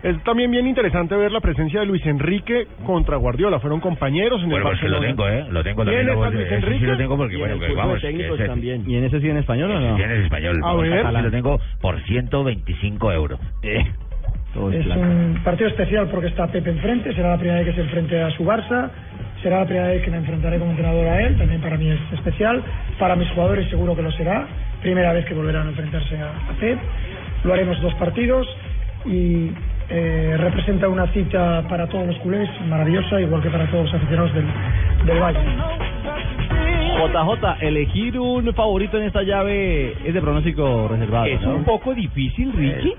Es también bien interesante ver la presencia de Luis Enrique contra Guardiola. Fueron compañeros en el Barcelona. Lo tengo también. Luis Enrique? Sí lo tengo porque, bueno, que vamos. También. ¿Y en ese sí en español o no? Sí, en español. A ver. Sí lo tengo por 125 euros. Es un partido especial porque está Pepe enfrente, será la primera vez que se enfrente a su Barça, será la primera vez que me enfrentaré como entrenador a él, también para mí es especial, para mis jugadores seguro que lo será, primera vez que volverán a enfrentarse a Pep, lo haremos 2 partidos y representa una cita para todos los culés maravillosa, igual que para todos los aficionados del Valle. JJ, elegir un favorito en esta llave es de pronóstico reservado, Es ¿no? un poco difícil, Ricky.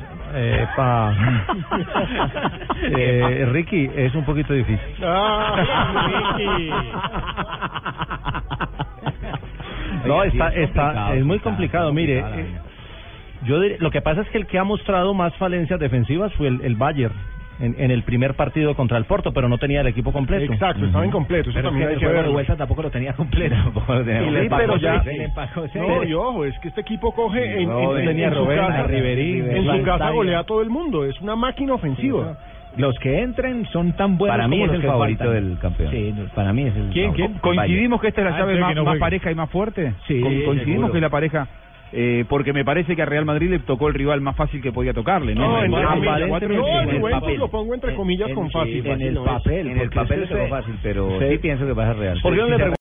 Ricky, es un poquito difícil. No, es muy complicado. Mire, lo que pasa es que el que ha mostrado más falencias defensivas fue el Bayern en el primer partido contra el Porto, pero no tenía el equipo completo. Exacto, estaba incompleto. Eso pero también hay que el ver. de vuelta tampoco lo tenía completo. Pero ya. No, y ojo, es que este equipo coge en su casa, en su casa golea a todo el mundo. Es una máquina ofensiva. Los que entren son tan buenos Para mí como es los el que favorito faltan. del campeón. Sí, para mí es el ¿Quién? ¿Coincidimos que esta es la llave más pareja y más fuerte? Sí, ¿Coincidimos seguro. que es la pareja? Porque me parece que a Real Madrid le tocó el rival más fácil que podía tocarle, ¿no? No, en el Juventus lo pongo entre comillas con fácil. En el papel, le tocó fácil, pero sí pienso que va a ser Real. ¿Por qué no le